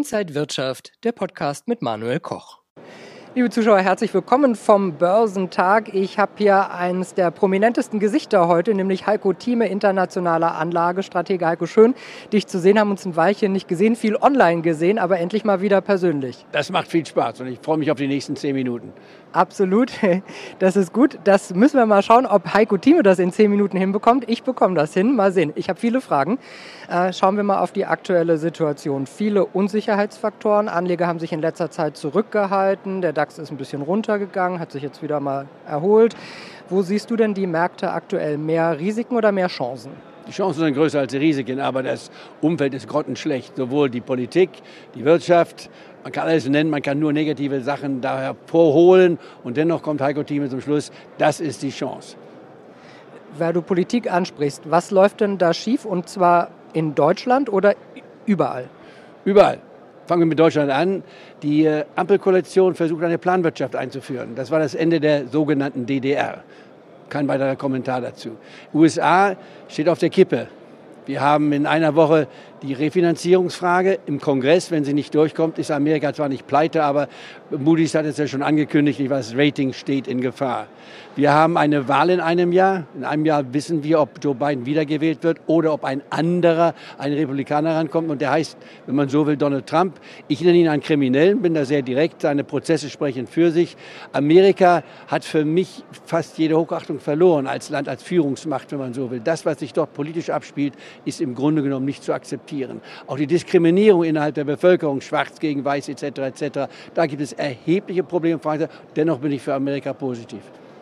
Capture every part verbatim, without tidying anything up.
Inside Wirtschaft, der Podcast mit Manuel Koch. Liebe Zuschauer, herzlich willkommen vom Börsentag. Ich habe hier eines der prominentesten Gesichter heute, nämlich Heiko Thieme, internationaler Anlagestratege. Heiko, schön, dich zu sehen. Haben uns ein Weilchen nicht gesehen, viel online gesehen, aber endlich mal wieder persönlich. Das macht viel Spaß und ich freue mich auf die nächsten zehn Minuten. Absolut, das ist gut. Das müssen wir mal schauen, ob Heiko Thieme das in zehn Minuten hinbekommt. Ich bekomme das hin, mal sehen. Ich habe viele Fragen. Äh, schauen wir mal auf die aktuelle Situation. Viele Unsicherheitsfaktoren. Anleger haben sich in letzter Zeit zurückgehalten. Der DAX ist ein bisschen runtergegangen, hat sich jetzt wieder mal erholt. Wo siehst du denn die Märkte aktuell? Mehr Risiken oder mehr Chancen? Die Chancen sind größer als die Risiken, aber das Umfeld ist grottenschlecht. Sowohl die Politik, die Wirtschaft, man kann alles nennen, man kann nur negative Sachen da hervorholen. Und dennoch kommt Heiko Thieme zum Schluss, das ist die Chance. Weil du Politik ansprichst, was läuft denn da schief? Und zwar in Deutschland oder überall? Überall. Fangen wir mit Deutschland an. Die Ampelkoalition versucht, eine Planwirtschaft einzuführen. Das war das Ende der sogenannten D D R. Kein weiterer Kommentar dazu. U S A steht auf der Kippe. Wir haben in einer Woche die Refinanzierungsfrage im Kongress. Wenn sie nicht durchkommt, ist Amerika zwar nicht pleite, aber Moody's hat es ja schon angekündigt, das Rating steht in Gefahr. Wir haben eine Wahl in einem Jahr. In einem Jahr wissen wir, ob Joe Biden wiedergewählt wird oder ob ein anderer, ein Republikaner rankommt. Und der heißt, wenn man so will, Donald Trump. Ich nenne ihn einen Kriminellen, bin da sehr direkt. Seine Prozesse sprechen für sich. Amerika hat für mich fast jede Hochachtung verloren als Land, als Führungsmacht, wenn man so will. Das, was sich dort politisch abspielt, ist im Grunde genommen nicht zu akzeptieren. Auch die Diskriminierung innerhalb der Bevölkerung, schwarz gegen weiß et cetera et cetera, da gibt es erhebliche Probleme. Dennoch bin ich für Amerika positiv.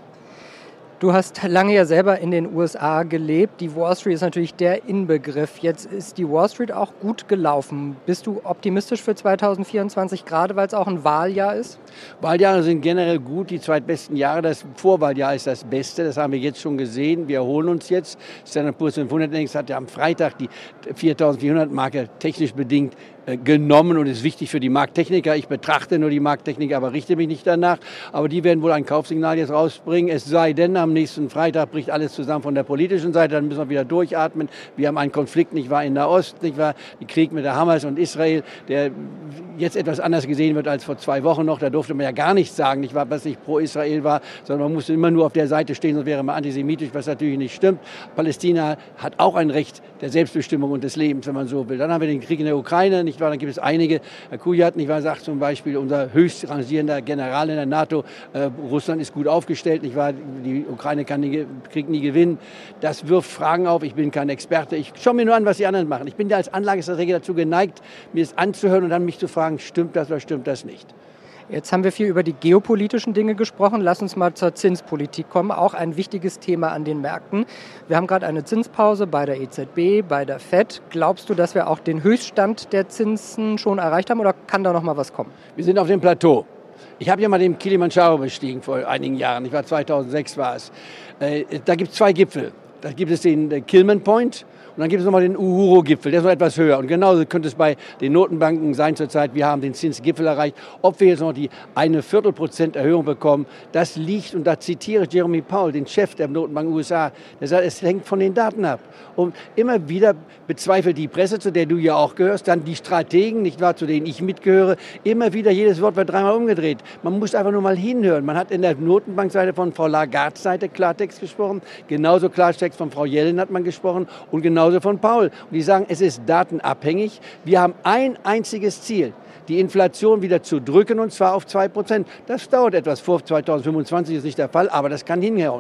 Du hast lange ja selber in den U S A gelebt. Die Wall Street ist natürlich der Inbegriff. Jetzt ist die Wall Street auch gut gelaufen. Bist du optimistisch für zwanzig vierundzwanzig, gerade weil es auch ein Wahljahr ist? Wahljahre sind generell gut, die zweitbesten Jahre. Das Vorwahljahr ist das Beste, das haben wir jetzt schon gesehen. Wir erholen uns jetzt. Standard and Poor's fünfhundert Index hat ja am Freitag die viertausendvierhundert-Marke technisch bedingt genommen und ist wichtig für die Markttechniker. Ich betrachte nur die Markttechniker, aber richte mich nicht danach. Aber die werden wohl ein Kaufsignal jetzt rausbringen. Es sei denn, am nächsten Freitag bricht alles zusammen von der politischen Seite. Dann müssen wir wieder durchatmen. Wir haben einen Konflikt, nicht wahr, in Nahost, nicht wahr, den Krieg mit der Hamas und Israel, der jetzt etwas anders gesehen wird als vor zwei Wochen noch. Da durfte man ja gar nichts sagen, nicht wahr, was nicht pro Israel war, sondern man musste immer nur auf der Seite stehen, sonst wäre man antisemitisch, was natürlich nicht stimmt. Palästina hat auch ein Recht der Selbstbestimmung und des Lebens, wenn man so will. Dann haben wir den Krieg in der Ukraine, nicht wahr? Dann gibt es einige. Herr Kujat, nicht wahr, sagt zum Beispiel, unser höchst rangierender General in der NATO, äh, Russland ist gut aufgestellt, nicht wahr? Die Ukraine kann den Krieg nie gewinnen. Das wirft Fragen auf. Ich bin kein Experte. Ich schaue mir nur an, was die anderen machen. Ich bin ja als Anlagestratege dazu geneigt, mir es anzuhören und dann mich zu fragen, stimmt das oder stimmt das nicht? Jetzt haben wir viel über die geopolitischen Dinge gesprochen. Lass uns mal zur Zinspolitik kommen. Auch ein wichtiges Thema an den Märkten. Wir haben gerade eine Zinspause bei der E Z B, bei der Fed. Glaubst du, dass wir auch den Höchststand der Zinsen schon erreicht haben oder kann da noch mal was kommen? Wir sind auf dem Plateau. Ich habe ja mal den Kilimanjaro bestiegen vor einigen Jahren. Ich war zweitausendsechs war es. Äh, da gibt es zwei Gipfel. Da gibt es den äh, Kilman Point. Und dann gibt es nochmal den Uhuru-Gipfel, der ist noch etwas höher. Und genauso könnte es bei den Notenbanken sein zurzeit. Wir haben den Zinsgipfel erreicht. Ob wir jetzt noch die eine Viertelprozent Erhöhung bekommen, das liegt, und da zitiere ich Jeremy Powell, den Chef der Notenbank U S A, der sagt, es hängt von den Daten ab. Und immer wieder bezweifelt die Presse, zu der du ja auch gehörst, dann die Strategen, nicht wahr, zu denen ich mitgehöre, immer wieder, jedes Wort wird dreimal umgedreht. Man muss einfach nur mal hinhören. Man hat in der Notenbankseite von Frau Lagardes Seite Klartext gesprochen, genauso Klartext von Frau Yellen hat man gesprochen und genauso von Paul. Und die sagen, es ist datenabhängig. Wir haben ein einziges Ziel, die Inflation wieder zu drücken, und zwar auf zwei Prozent. Das dauert etwas. Vor zweitausendfünfundzwanzig ist nicht der Fall, aber das kann hinhauen.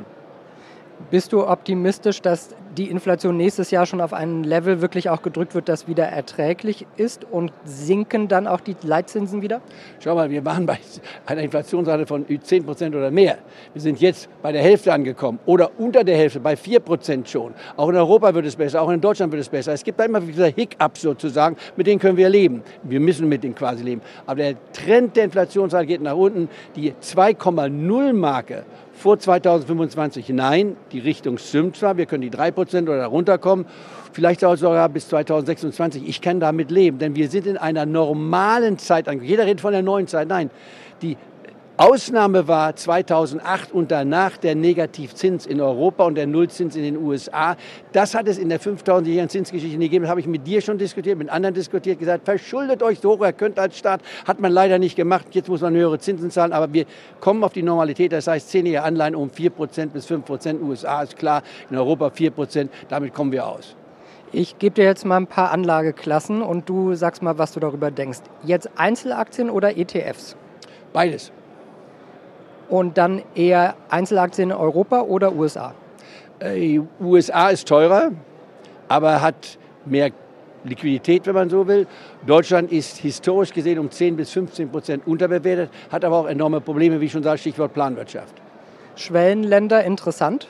Bist du optimistisch, dass die Inflation nächstes Jahr schon auf ein Level wirklich auch gedrückt wird, das wieder erträglich ist, und sinken dann auch die Leitzinsen wieder? Schau mal, wir waren bei einer Inflationsrate von zehn Prozent oder mehr. Wir sind jetzt bei der Hälfte angekommen oder unter der Hälfte, bei vier Prozent schon. Auch in Europa wird es besser, auch in Deutschland wird es besser. Es gibt da immer wieder Hiccups sozusagen, mit denen können wir leben. Wir müssen mit denen quasi leben. Aber der Trend der Inflationsrate geht nach unten. Die zwei Komma null Marke vor zweitausendfünfundzwanzig, nein, die Richtung stimmt zwar, wir können die drei Prozent oder darunter kommen, vielleicht sogar bis zweitausendsechsundzwanzig. Ich kann damit leben, denn wir sind in einer normalen Zeit, jeder redet von der neuen Zeit, nein, die Ausnahme war zweitausendacht und danach der Negativzins in Europa und der Nullzins in den U S A. Das hat es in der fünftausendjährigen Zinsgeschichte nicht gegeben. Das habe ich mit dir schon diskutiert, mit anderen diskutiert, gesagt, verschuldet euch so hoch, ihr könnt als Staat. Hat man leider nicht gemacht. Jetzt muss man höhere Zinsen zahlen. Aber wir kommen auf die Normalität. Das heißt, zehnjährige Anleihen um vier Prozent bis fünf Prozent. U S A ist klar, in Europa vier Prozent. Damit kommen wir aus. Ich gebe dir jetzt mal ein paar Anlageklassen und du sagst mal, was du darüber denkst. Jetzt Einzelaktien oder E T Fs? Beides. Und dann eher Einzelaktien in Europa oder U S A? Äh, U S A ist teurer, aber hat mehr Liquidität, wenn man so will. Deutschland ist historisch gesehen um zehn bis fünfzehn Prozent unterbewertet, hat aber auch enorme Probleme, wie ich schon sage, Stichwort Planwirtschaft. Schwellenländer interessant?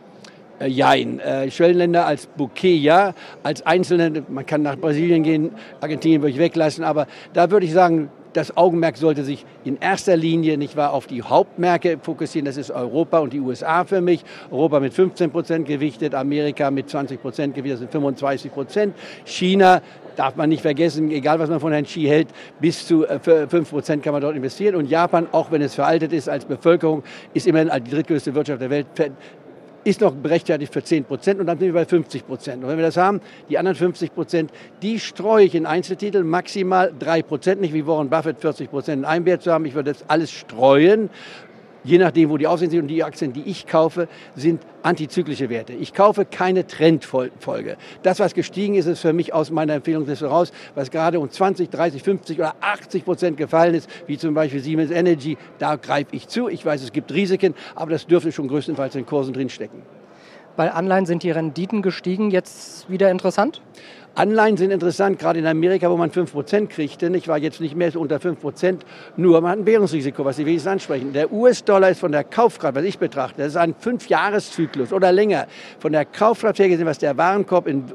Äh, Jein. Äh, Schwellenländer als Bouquet ja, als einzelne, man kann nach Brasilien gehen, Argentinien würde ich weglassen, aber da würde ich sagen, das Augenmerk sollte sich in erster Linie nicht wahr, auf die Hauptmärkte fokussieren. Das ist Europa und die U S A für mich. Europa mit fünfzehn Prozent gewichtet, Amerika mit zwanzig Prozent gewichtet, das sind fünfundzwanzig Prozent. China darf man nicht vergessen, egal was man von Herrn Xi hält, bis zu fünf Prozent kann man dort investieren. Und Japan, auch wenn es veraltet ist als Bevölkerung, ist immerhin die drittgrößte Wirtschaft der Welt, ist noch berechtfertigt für zehn Prozent und dann sind wir bei fünfzig Prozent. Und wenn wir das haben, die anderen fünfzig Prozent, die streue ich in Einzeltitel, maximal drei Prozent, nicht wie Warren Buffett vierzig Prozent in einem Wert zu haben. Ich würde das alles streuen, je nachdem, wo die Aussichten sind. Und die Aktien, die ich kaufe, sind antizyklische Werte. Ich kaufe keine Trendfolge. Das, was gestiegen ist, ist für mich aus meiner Empfehlungsliste raus, was gerade um zwanzig, dreißig, fünfzig oder achtzig Prozent gefallen ist, wie zum Beispiel Siemens Energy, da greife ich zu. Ich weiß, es gibt Risiken, aber das dürfte schon größtenteils in den Kursen drinstecken. Bei Anleihen sind die Renditen gestiegen, jetzt wieder interessant? Anleihen sind interessant, gerade in Amerika, wo man fünf Prozent kriegt, denn ich war jetzt nicht mehr unter fünf Prozent, nur man hat ein Währungsrisiko, was Sie wenigstens ansprechen. Der U S-Dollar ist von der Kaufkraft, was ich betrachte, das ist ein Fünfjahreszyklus oder länger, von der Kaufkraft her gesehen, was der Warenkorb in,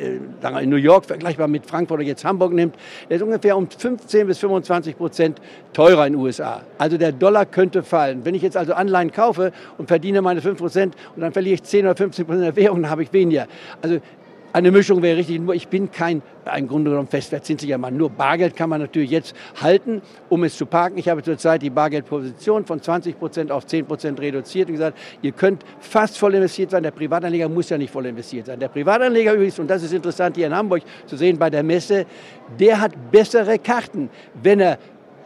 äh, in New York vergleichbar mit Frankfurt oder jetzt Hamburg nimmt, der ist ungefähr um fünfzehn bis fünfundzwanzig Prozent teurer in den U S A. Also der Dollar könnte fallen. Wenn ich jetzt also Anleihen kaufe und verdiene meine fünf Prozent und dann verliere ich zehn oder fünfzehn Prozent der Währung, dann habe ich weniger. Also eine Mischung wäre richtig, nur ich bin kein, im Grunde genommen festverzinslicher Mann. Nur Bargeld kann man natürlich jetzt halten, um es zu parken. Ich habe zurzeit die Bargeldposition von zwanzig Prozent auf zehn Prozent reduziert und gesagt, ihr könnt fast voll investiert sein. Der Privatanleger muss ja nicht voll investiert sein. Der Privatanleger übrigens, und das ist interessant hier in Hamburg zu sehen bei der Messe, der hat bessere Karten, wenn er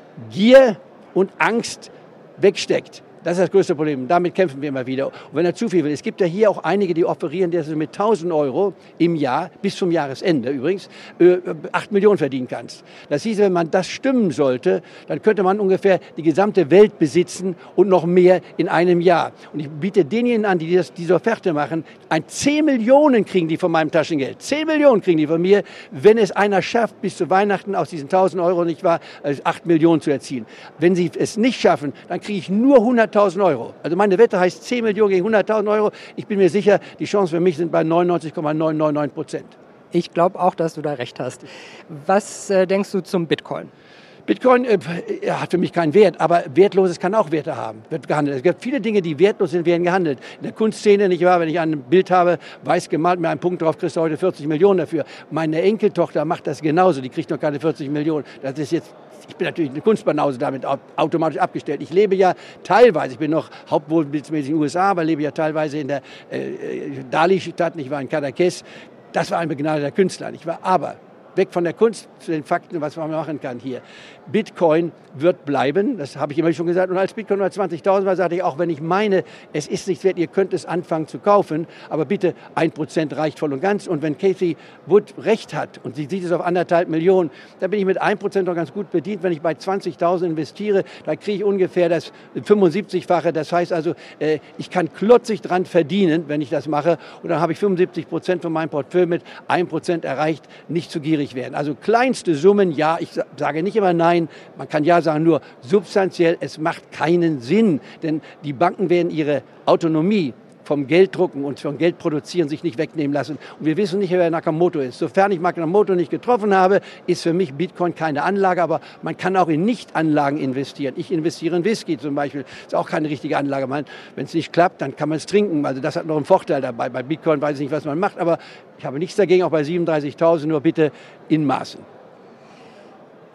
Gier und Angst wegsteckt. Das ist das größte Problem. Damit kämpfen wir immer wieder. Und wenn er zu viel will, es gibt ja hier auch einige, die offerieren, dass du mit tausend Euro im Jahr, bis zum Jahresende übrigens, acht Millionen verdienen kannst. Das hieß, wenn man das stimmen sollte, dann könnte man ungefähr die gesamte Welt besitzen und noch mehr in einem Jahr. Und ich biete denjenigen an, die das, diese Offerte machen, ein zehn Millionen kriegen die von meinem Taschengeld. zehn Millionen kriegen die von mir, wenn es einer schafft, bis zu Weihnachten aus diesen tausend Euro, nicht wahr, acht Millionen zu erzielen. Wenn sie es nicht schaffen, dann kriege ich nur hunderttausend Euro. Also meine Wette heißt zehn Millionen gegen hunderttausend Euro. Ich bin mir sicher, die Chancen für mich sind bei neunundneunzig Komma neun neun neun Prozent. Ich glaube auch, dass du da recht hast. Was äh, denkst du zum Bitcoin? Bitcoin äh, hat für mich keinen Wert, aber Wertloses kann auch Werte haben, wird gehandelt. Es gibt viele Dinge, die wertlos sind, werden gehandelt. In der Kunstszene, nicht wahr, wenn ich ein Bild habe, weiß gemalt, mir einen Punkt drauf, kriegst du heute vierzig Millionen dafür. Meine Enkeltochter macht das genauso, die kriegt noch keine vierzig Millionen. Das ist jetzt, ich bin natürlich eine Kunstbanause damit automatisch abgestellt. Ich lebe ja teilweise, ich bin noch hauptwohlmäßig in den U S A, aber lebe ja teilweise in der äh, Dali-Stadt, ich war in Cadaqués. Das war ein begnadeter Künstler, nicht wahr? Aber weg von der Kunst zu den Fakten, was man machen kann hier. Bitcoin wird bleiben, das habe ich immer schon gesagt. Und als Bitcoin nur zwanzigtausend war, sagte ich, auch wenn ich meine, es ist nichts wert, ihr könnt es anfangen zu kaufen, aber bitte ein Prozent reicht voll und ganz. Und wenn Cathie Wood recht hat und sie sieht es auf anderthalb Millionen, dann bin ich mit ein Prozent noch ganz gut bedient. Wenn ich bei zwanzigtausend investiere, da kriege ich ungefähr das fünfundsiebzigfache. Das heißt also, ich kann klotzig dran verdienen, wenn ich das mache. Und dann habe ich fünfundsiebzig Prozent von meinem Portfolio mit ein Prozent erreicht, nicht zu gierig werden. Also kleinste Summen, ja, ich sage nicht immer nein, man kann ja sagen, nur substanziell, es macht keinen Sinn, denn die Banken werden ihre Autonomie vom Gelddrucken und vom Geld produzieren sich nicht wegnehmen lassen. Und wir wissen nicht, wer Nakamoto ist. Sofern ich Nakamoto nicht getroffen habe, ist für mich Bitcoin keine Anlage, aber man kann auch in Nichtanlagen investieren. Ich investiere in Whisky zum Beispiel, ist auch keine richtige Anlage. Wenn es nicht klappt, dann kann man es trinken. Also das hat noch einen Vorteil dabei. Bei Bitcoin weiß ich nicht, was man macht, aber ich habe nichts dagegen, auch bei siebenunddreißigtausend, nur bitte in Maßen.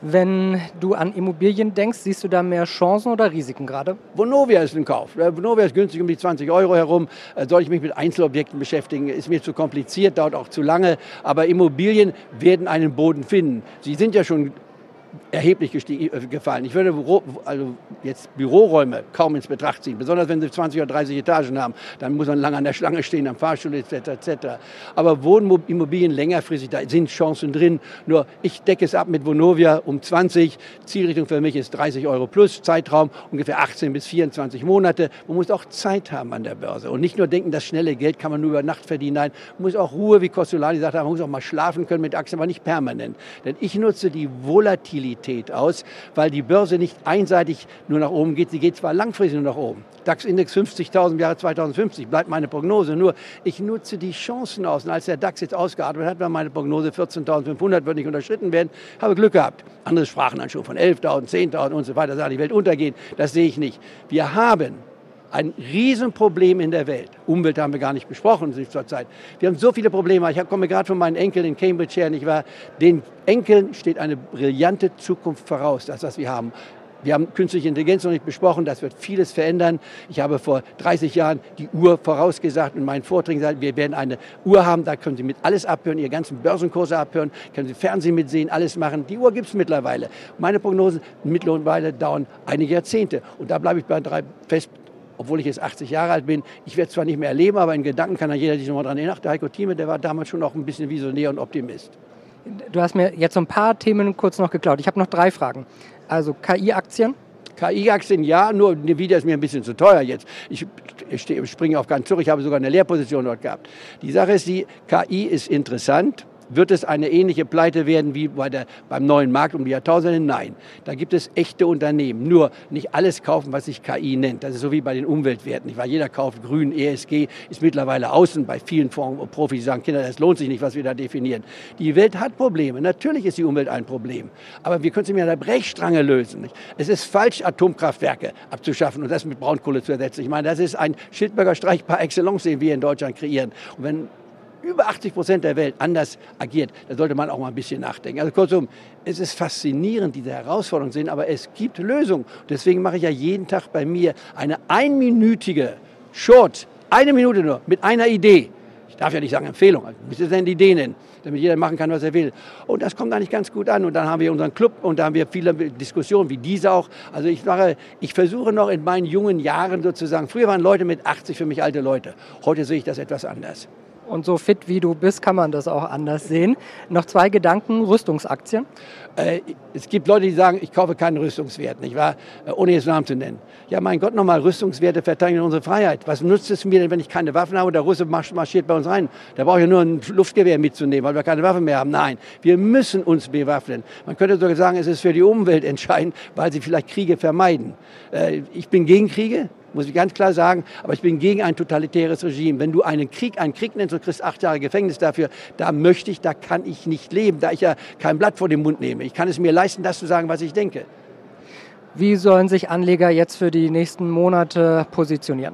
Wenn du an Immobilien denkst, siehst du da mehr Chancen oder Risiken gerade? Vonovia ist ein Kauf. Vonovia ist günstig um die zwanzig Euro herum. Soll ich mich mit Einzelobjekten beschäftigen? Ist mir zu kompliziert, dauert auch zu lange. Aber Immobilien werden einen Boden finden. Sie sind ja schon erheblich gefallen. Ich würde also jetzt Büroräume kaum ins Betracht ziehen, besonders wenn sie zwanzig oder dreißig Etagen haben. Dann muss man lange an der Schlange stehen, am Fahrstuhl et cetera et cetera. Aber Wohnimmobilien längerfristig, da sind Chancen drin. Nur ich decke es ab mit Vonovia um zwanzig. Zielrichtung für mich ist dreißig Euro plus, Zeitraum ungefähr achtzehn bis vierundzwanzig Monate. Man muss auch Zeit haben an der Börse und nicht nur denken, das schnelle Geld kann man nur über Nacht verdienen. Nein, man muss auch Ruhe, wie Costolani sagte, man muss auch mal schlafen können mit Aktien, aber nicht permanent. Denn ich nutze die Volatilität aus, weil die Börse nicht einseitig nur nach oben geht. Sie geht zwar langfristig nur nach oben. DAX-Index fünfzigtausend im Jahre zweitausendfünfzig, bleibt meine Prognose. Nur ich nutze die Chancen aus. Und als der DAX jetzt ausgeatmet hat, war meine Prognose vierzehntausendfünfhundert, wird nicht unterschritten werden. Habe Glück gehabt. Andere sprachen dann schon von elftausend, zehntausend und so weiter. Sagen, die Welt untergehen. Das sehe ich nicht. Wir haben ein Riesenproblem in der Welt. Umwelt haben wir gar nicht besprochen zurzeit. Wir haben so viele Probleme. Ich komme gerade von meinen Enkeln in Cambridge her. Nicht wahr? Den Enkeln steht eine brillante Zukunft voraus, das, was wir haben. Wir haben künstliche Intelligenz noch nicht besprochen, das wird vieles verändern. Ich habe vor dreißig Jahren die Uhr vorausgesagt in meinen Vorträgen gesagt, wir werden eine Uhr haben, da können Sie mit alles abhören, Ihre ganzen Börsenkurse abhören, können Sie Fernsehen mitsehen, alles machen. Die Uhr gibt es mittlerweile. Meine Prognosen mittlerweile dauern einige Jahrzehnte. Und da bleibe ich bei drei fest. Obwohl ich jetzt achtzig Jahre alt bin, ich werde es zwar nicht mehr erleben, aber in Gedanken kann dann jeder sich noch mal dran erinnern. Der Heiko Thieme, der war damals schon auch ein bisschen Visionär und Optimist. Du hast mir jetzt so ein paar Themen kurz noch geklaut. Ich habe noch drei Fragen. Also K I-Aktien? K I-Aktien ja, nur Nvidia ist mir ein bisschen zu teuer jetzt. Ich, ich springe auf ganz zurück, ich habe sogar eine Lehrposition dort gehabt. Die Sache ist, die K I ist interessant. Wird es eine ähnliche Pleite werden wie bei der, beim neuen Markt um die Jahrtausende? Nein. Da gibt es echte Unternehmen. Nur nicht alles kaufen, was sich K I nennt. Das ist so wie bei den Umweltwerten. Nicht wahr? Jeder kauft grün, E S G ist mittlerweile außen bei vielen Fonds und Profis, die sagen, Kinder, das lohnt sich nicht, was wir da definieren. Die Welt hat Probleme. Natürlich ist die Umwelt ein Problem. Aber wir können sie mit einer Brechstange lösen. Nicht? Es ist falsch, Atomkraftwerke abzuschaffen und das mit Braunkohle zu ersetzen. Ich meine, das ist ein Schildberger Streich par excellence, den wir in Deutschland kreieren. Und wenn über achtzig Prozent der Welt anders agiert, da sollte man auch mal ein bisschen nachdenken. Also kurzum, es ist faszinierend, diese Herausforderungen sind, aber es gibt Lösungen. Deswegen mache ich ja jeden Tag bei mir eine einminütige Short, eine Minute nur, mit einer Idee. Ich darf ja nicht sagen Empfehlung, ich muss eine Idee nennen, damit jeder machen kann, was er will. Und das kommt eigentlich ganz gut an. Und dann haben wir unseren Club und da haben wir viele Diskussionen, wie diese auch. Also ich mache, ich versuche noch in meinen jungen Jahren sozusagen, früher waren Leute mit achtzig für mich alte Leute. Heute sehe ich das etwas anders. Und so fit wie du bist, kann man das auch anders sehen. Noch zwei Gedanken, Rüstungsaktien. Äh, es gibt Leute, die sagen, ich kaufe keinen Rüstungswert, nicht wahr? Äh, ohne jetzt Namen zu nennen. Ja, mein Gott, nochmal, Rüstungswerte verteidigen unsere Freiheit. Was nutzt es mir denn, wenn ich keine Waffen habe und der Russe marschiert bei uns rein? Da brauche ich nur ein Luftgewehr mitzunehmen, weil wir keine Waffen mehr haben. Nein, wir müssen uns bewaffnen. Man könnte sogar sagen, es ist für die Umwelt entscheidend, weil sie vielleicht Kriege vermeiden. Äh, ich bin gegen Kriege. Muss ich ganz klar sagen, aber ich bin gegen ein totalitäres Regime. Wenn du einen Krieg einen Krieg nennst und kriegst acht Jahre Gefängnis dafür, da möchte ich, da kann ich nicht leben, da ich ja kein Blatt vor den Mund nehme. Ich kann es mir leisten, das zu sagen, was ich denke. Wie sollen sich Anleger jetzt für die nächsten Monate positionieren?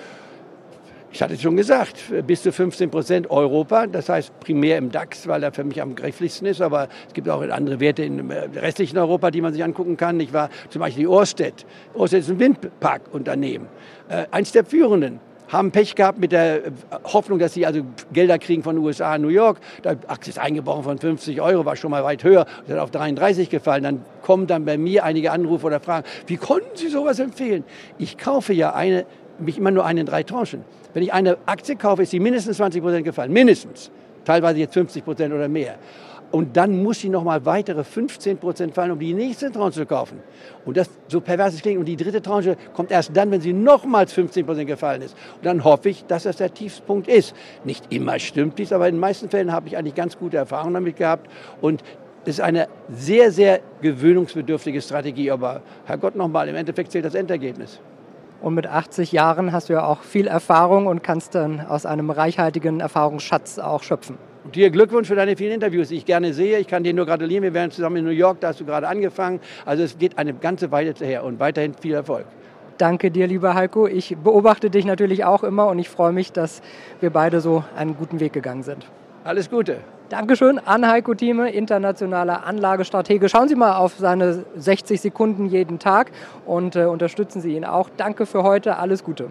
Ich hatte es schon gesagt, bis zu fünfzehn Prozent Europa, das heißt primär im DAX, weil er für mich am grifflichsten ist, aber es gibt auch andere Werte im restlichen Europa, die man sich angucken kann. Ich war zum Beispiel die Ørsted. Ørsted ist ein Windparkunternehmen, äh, eins der führenden. Haben Pech gehabt mit der Hoffnung, dass sie also Gelder kriegen von den U S A, New York. Da Aktie ist eingebrochen von fünfzig Euro, war schon mal weit höher, ist auf dreiunddreißig gefallen. Dann kommen dann bei mir einige Anrufe oder Fragen, wie konnten Sie sowas empfehlen? Ich kaufe ja eine, mich immer nur eine in drei Tranchen. Wenn ich eine Aktie kaufe, ist sie mindestens zwanzig Prozent gefallen, mindestens. Teilweise jetzt fünfzig Prozent oder mehr. Und dann muss sie noch mal weitere fünfzehn Prozent fallen, um die nächste Tranche zu kaufen. Und das, so pervers es klingt, und die dritte Tranche kommt erst dann, wenn sie nochmals fünfzehn Prozent gefallen ist. Und dann hoffe ich, dass das der Tiefspunkt ist. Nicht immer stimmt dies, aber in den meisten Fällen habe ich eigentlich ganz gute Erfahrungen damit gehabt. Und das ist eine sehr, sehr gewöhnungsbedürftige Strategie. Aber Herrgott nochmal, im Endeffekt zählt das Endergebnis. Und mit achtzig Jahren hast du ja auch viel Erfahrung und kannst dann aus einem reichhaltigen Erfahrungsschatz auch schöpfen. Und dir Glückwunsch für deine vielen Interviews, die ich gerne sehe. Ich kann dir nur gratulieren. Wir werden zusammen in New York, da hast du gerade angefangen. Also es geht eine ganze Weile her und weiterhin viel Erfolg. Danke dir, lieber Heiko. Ich beobachte dich natürlich auch immer und ich freue mich, dass wir beide so einen guten Weg gegangen sind. Alles Gute. Dankeschön an Heiko Thieme, internationaler Anlagestratege. Schauen Sie mal auf seine sechzig Sekunden jeden Tag und äh, unterstützen Sie ihn auch. Danke für heute, alles Gute.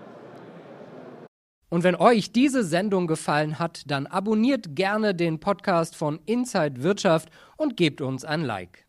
Und wenn euch diese Sendung gefallen hat, dann abonniert gerne den Podcast von Inside Wirtschaft und gebt uns ein Like.